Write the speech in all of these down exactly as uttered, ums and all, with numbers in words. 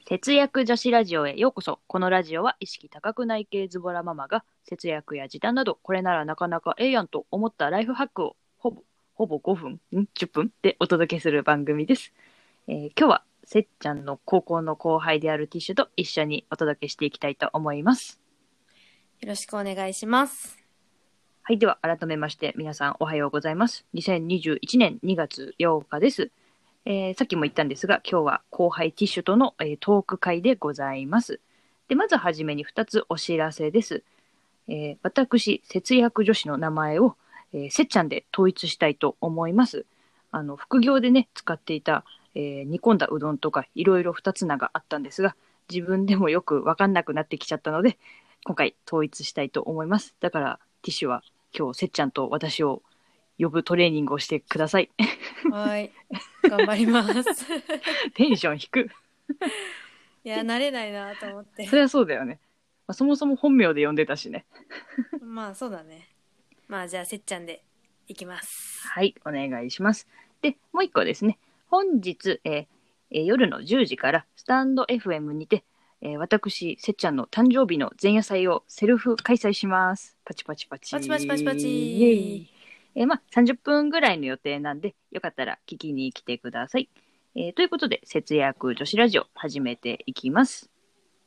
節約女子ラジオへようこそ。このラジオは意識高くない系ズボラママが節約や時短などこれならなかなかええやんと思ったライフハックをほぼほぼごふんんじゅっぷんでお届けする番組です。えー今日はせっちゃんの高校の後輩であるティッシュと一緒にお届けしていきたいと思います。 よろしくお願いします。 はい、では改めまして皆さんおはようございます。にせんにじゅういちねんにがつようかです。えーさっきも言ったんですが、今日は後輩ティッシュとの、えートーク会でございます。で、まずはじめにふたつお知らせです。えー私、節約女子の名前を、えーせっちゃんで統一したいと思います。あの、副業でね、使っていた、えー煮込んだうどんとかいろいろ二つ名があったんですが、自分でもよくわかんなくなってきちゃったので、今回統一したいと思います。だから、ティッシュは今日せっちゃんと私を呼ぶトレーニングをしてください。 はい。頑張ります。 テンション低く。 いや、慣れないなと思って。 そりゃそうだよね。まあ、そもそも本名で呼んでたしね。 まあ、そうだね。まあ、じゃあ、せっちゃんでいきます。 はい、お願いします。で、もう一個ですね。本日、えーえー夜のじゅうじからスタンド エフエム にて、えー私、せっちゃんの誕生日の前夜祭をセルフ開催します。パチパチパチ。 パチパチパチパイエイ。 チ。 えーまあ、さんじゅっぷんぐらいの予定なんで、よかったら聞きに来てください。えーということで、節約女子ラジオ始めていきます。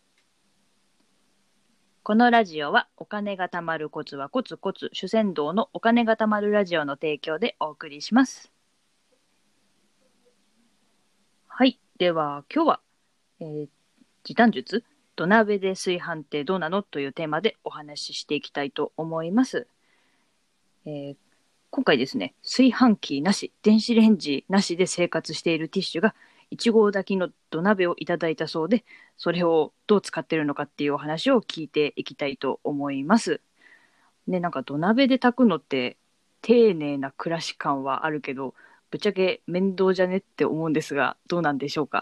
このラジオはお金が貯まるコツはコツコツ主戦道のお金が貯まるラジオの提供でお送りします。はい。では今日は、えー時短術土鍋で炊飯ってどうなのというテーマでお話ししていきたいと思います。えー今回ですね、炊飯器なし、電子レンジなしで生活しているティッシュがいち合炊きの土鍋をいただいたそうで、それをどう使っているのかっていうお話を聞いていきたいと思います。ね、なんか土鍋で炊くのって丁寧な暮らし感はあるけど、ぶっちゃけ面倒じゃねって思うんですが、どうなんでしょうか。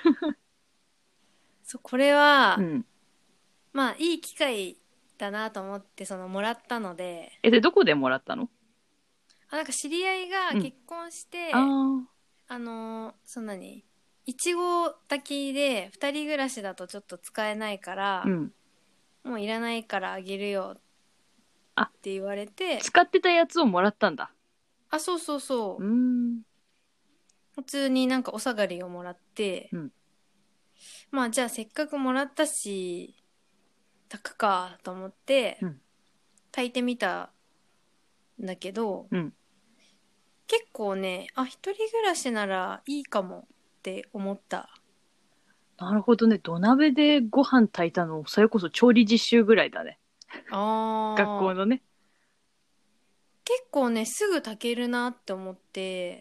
そう、これは、 うん。 まあ、いい機会だなと思って、その、もらったので、 え、で、どこでもらったの？ あ、なんか知り合いがうん。 結婚しあて、 あ、 あのー、そんなに、いち合炊きでふたり暮らしだとちょっと使えないから、 うん。 もういらないからあげるよっあ、 て言われて、 使ってたやつをもらったんだ。 あ、そうそううーそう。 ん。 普通になんかお下がりをもらって、 うん。 まあじゃあせっかくもらったし、炊くかと思ってうん。 炊いてみたんだけど、 うん。 結構ね、あ、一人暮らしならいいかもって思った。 なるほどね。土鍋でご飯炊いたの、それこそ調理実習ぐらいだね。学校あー、 のね。 結構ね、すぐ炊けるなって思って、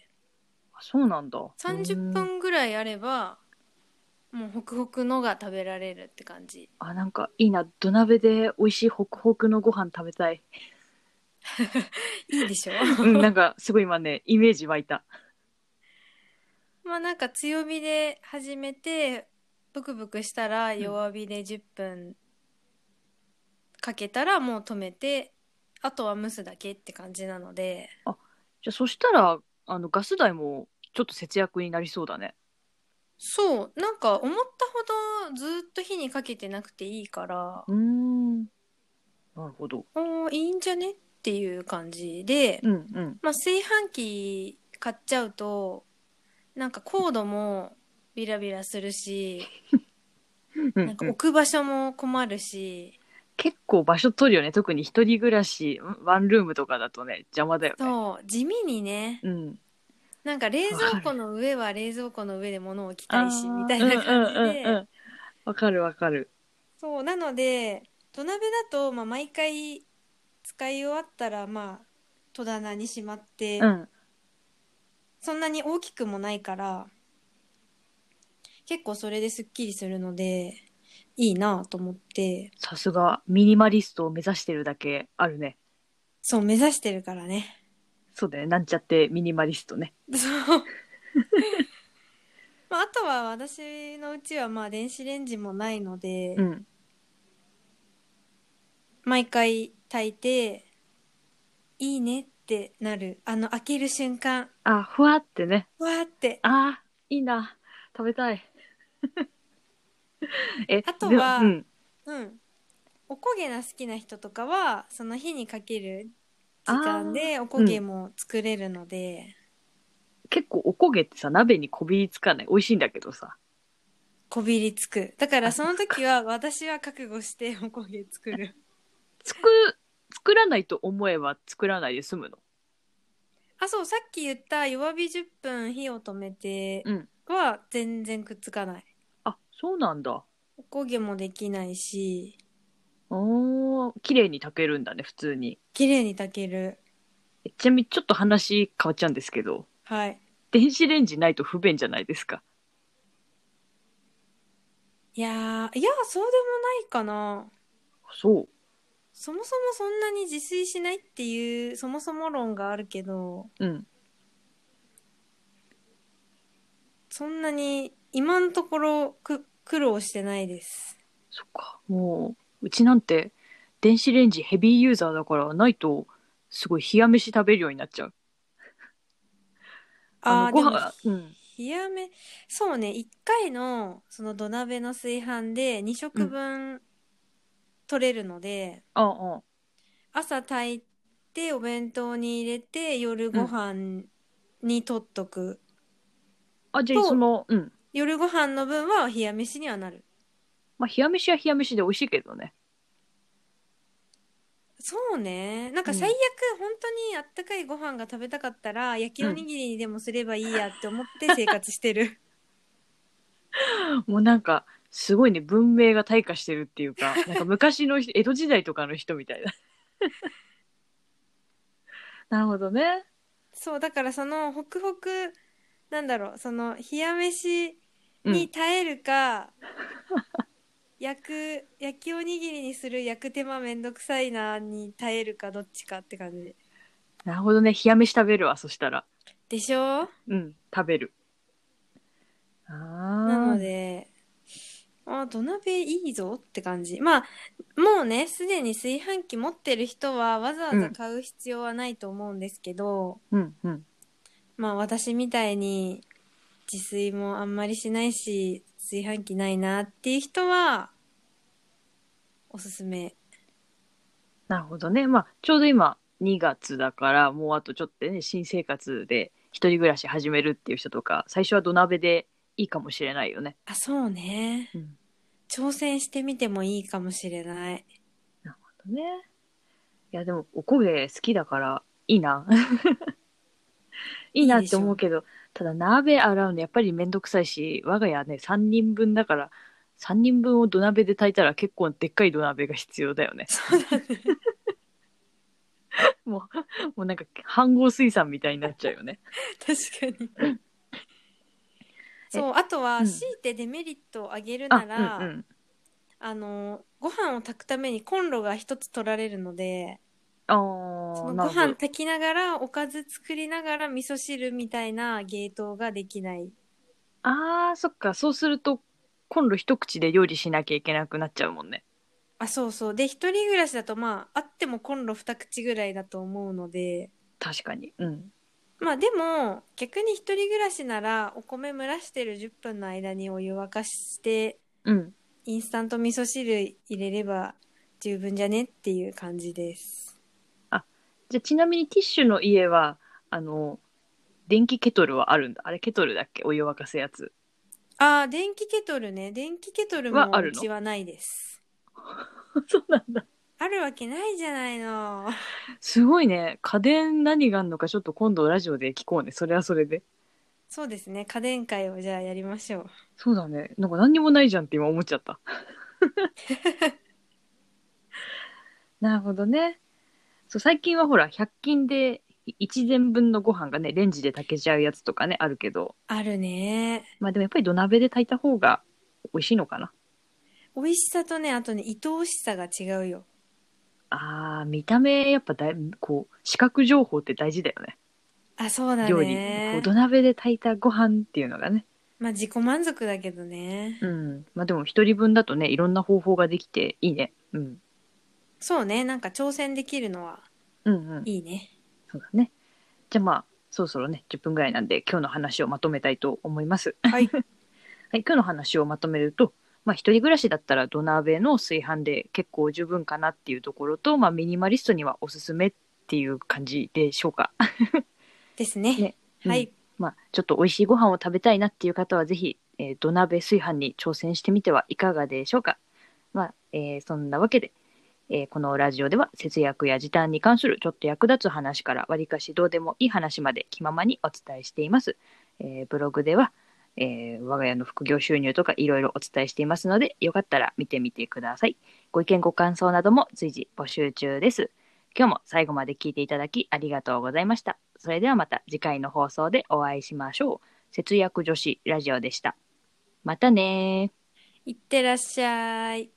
あ、そうなんだ。うー 30 ん。 分ぐらいあれば、もうホクホクのが食べられるって感じ。 あ、なんかいいな。土鍋で美味しいホクホクのご飯食べたい。 いいでしょ？ うん、なんかすごい今ね、イメージ湧いた。 まあなんか強火で始めて、ブクブクしたらうん。 弱火でじゅっぷんかけたらもう止めて、あとは蒸すだけって感じなので、 あ、じゃあそしたら、あの、ガス代もちょっと節約になりそうだね。 そう、なんか思ったほどずっと火にかけてなくていいから、 うーん。なるほど。 おー、いいんじゃねっていう感じで、 うんうん。 まあ炊飯器買っちゃうと、なんかコードもビラビラするし、なんかうんうん。 置く場所も困るし、 結構場所取るよね。特に一人暮らし、んワンルームとかだとね、邪魔だよね。 そう、地味にね、 うん。 なんか冷わかる。 蔵庫の上は冷蔵庫の上で物を置きたいし、みああ、 たいうんうな感じで、 んうんうん。わかるわかる。 そう、なので、土鍋だと、まあ、毎回使い終わったら、まあ、戸棚にしまって、 うん。 そんなに大きくもないから、結構それですっきりするので、いいなぁと思って、 さすが、ミニマリストを目指してるだけあるね。 そう、目指してるからね。 そうだね。なんちゃってミニマリストね。 そう。まあ、あとは私のうちはまあ電子レンジもないので、 うん。 毎回炊いて、いいねってなる。あの、開ける瞬間、 あ、ふわってね。 わーって。 ああ、いいな。食べたい。 え、 あとでは、 うん。 うんおこげが好きな人とかはその火にかけるあ時間あ、 でおこうん。 げも作れるので、 結構おこげってさ、鍋にこびりつかない。美味しいんだけどさ。 こびりつく。だからあ、 そのそっか。 時は私は覚悟しておこげ作る。 つく、作らないと思えば作らないで済むの？ あ、そう、さっき言った弱火じゅっぷん火を止めてうん。 は全然くっつかない。 あ、そうなんだ。 おこげもできないし、 おー、綺麗に炊けるんだね、普通に。 綺麗に炊ける。 えちなみにちょっと話変わっちゃうんですけど、 はい。 電子レンジないと不便じゃないですか。 いやー、いや、そうでもないかな。 そそもそもそんなに自炊しないっていうそもそも論があるけど、 う。うん。 そんなに今のところく苦労してないです。 そっか。もう、うちなんて電子レンジヘビーユーザーだからないと、すごい冷や飯食べるようになっちゃう。あの、 ああ、でも、 ご飯、うん。 冷やめ、そうね、いっかいのその土鍋の炊飯でに食うん。 分取れるので、 ああ、 朝炊いてお弁当に入れて夜ごうん。 飯に取っとくあ、じゃあ、そと、 の、うん。 夜ご飯の分は冷や飯にはなる。 まあ、冷や飯は冷や飯で美味しいけどね。 そうね。なんか最うん。 悪本当にあったかいご飯が食べたかったら焼きうん。 おにぎりにでもすればいいやって思って生活してる。 もうなんか、すごいね、文明が退化してるっていうか、なんか昔の人、江戸時代とかの人みたいな。なるほどね。 そう、だからそのホクホク、なんだろう、その冷や飯うん。 に耐えるか、焼く、焼きおにぎりにする焼く手間めんどくさいなに耐えるかどっちかって感じ。 なるほどね。冷や飯食べるわ、そしたら。 でしょ？ うん、食べる。 なああ、 ので、あ、土鍋いいぞって感じ。まあ、もうね、すでに炊飯器持ってる人はわざわざうん、 買う必要はないと思うんですけど、 うん、うん。 まあ私みたいに自炊もあんまりしないし、炊飯器ないなっていう人は、おすすめ。 なるほどね。まあ、ちょうど今、にがつだから、もうあとちょっとね、新生活で一人暮らし始めるっていう人とか、最初は土鍋でいいかもしれないよね。 あ、そうね。 うん。 挑戦してみてもいいかもしれない。 なるほどね。いや、でも、おこげ好きだから、いいな。いいなっていいでしょ。 思うけど、ただ鍋洗うのやっぱりめんどくさいし、我が家ね、さんにんぶんだから、さんにんぶんを土鍋で炊いたら結構でっかい土鍋が必要だよね。 そうだね。 もう、もうなんか、飯盒水産みたいになっちゃうよね。 確かに。 え、 そう、あとは、強うん。 いてデメリットを挙げるなあ、うんうら、 ん。 あの、ご飯を炊くためにコンロが一つ取られるので、 あそー、 のご飯なるほど。 炊きながらおかず作りながら味噌汁みたいな芸当ができない。 あー、そっか。そうすると、コンロ一口で料理しなきゃいけなくなっちゃうもんね。 あ、そうそう。で、一人暮らしだとまあ、あってもコンロ二口ぐらいだと思うので、 確かに。うん。 まあでも、逆に一人暮らしなら、お米蒸らしてるじゅっぷんの間にお湯沸かして、 うん。 インスタント味噌汁入れれば十分じゃねっていう感じです。 あ、じゃあちなみにティッシュの家は、あの、電気ケトルはあるんだ。あれケトルだっけ？お湯沸かすやつ。 ああ、電気ケトルね。電気ケトルもうはあるの？ ちはないです。 そうなんだ。 あるわけないじゃないの。 すごいね。家電何があるのかちょっと今度ラジオで聞こうね。それはそれで。 そうですね。家電会をじゃあやりましょう。 そうだね。なんか何にもないじゃんって今思っちゃった。なるほどね。そう、最近はほら、ひゃく均でいちぜんぶんのご飯がね、レンジで炊けちゃうやつとかね、あるけど、 あるね。 まあでもやっぱり土鍋で炊いた方が美味しいのかな。 美味しさとね、あとね、愛おしさが違うよ。 あー、見た目やっぱだい、こう、視覚情報って大事だよね。 あ、そうだ料理。こう、 ね。 土鍋で炊いたご飯っていうのがね。 まあ自己満足だけどね。 うん。まあでも一人分だとね、いろんな方法ができていいね。うん。 そうね。なんか挑戦できるのはうんうん。 いいね。 そうだね。じゃあまあ、そろそろね、じゅっぷんぐらいなんで今日の話をまとめたいと思います。 はい。 はい、今日の話をまとめると、 まあ一人暮らしだったら土鍋の炊飯で結構十分かなっていうところと、まあミニマリストにはおすすめっていう感じでしょうか。 ですね。 ね、うん、 はい。 まあちょっと美味しいご飯を食べたいなっていう方はぜひ、えー土鍋炊飯に挑戦してみてはいかがでしょうか。まあ、えーそんなわけで、えーこのラジオでは節約や時短に関するちょっと役立つ話からわりかしどうでもいい話まで気ままにお伝えしています。えーブログでは、えー我が家の副業収入とかいろいろお伝えしていますので、よかったら見てみてください。ご意見ご感想なども随時募集中です。今日も最後まで聞いていただきありがとうございました。それではまた次回の放送でお会いしましょう。節約女子ラジオでした。またねー。 いってらっしゃい。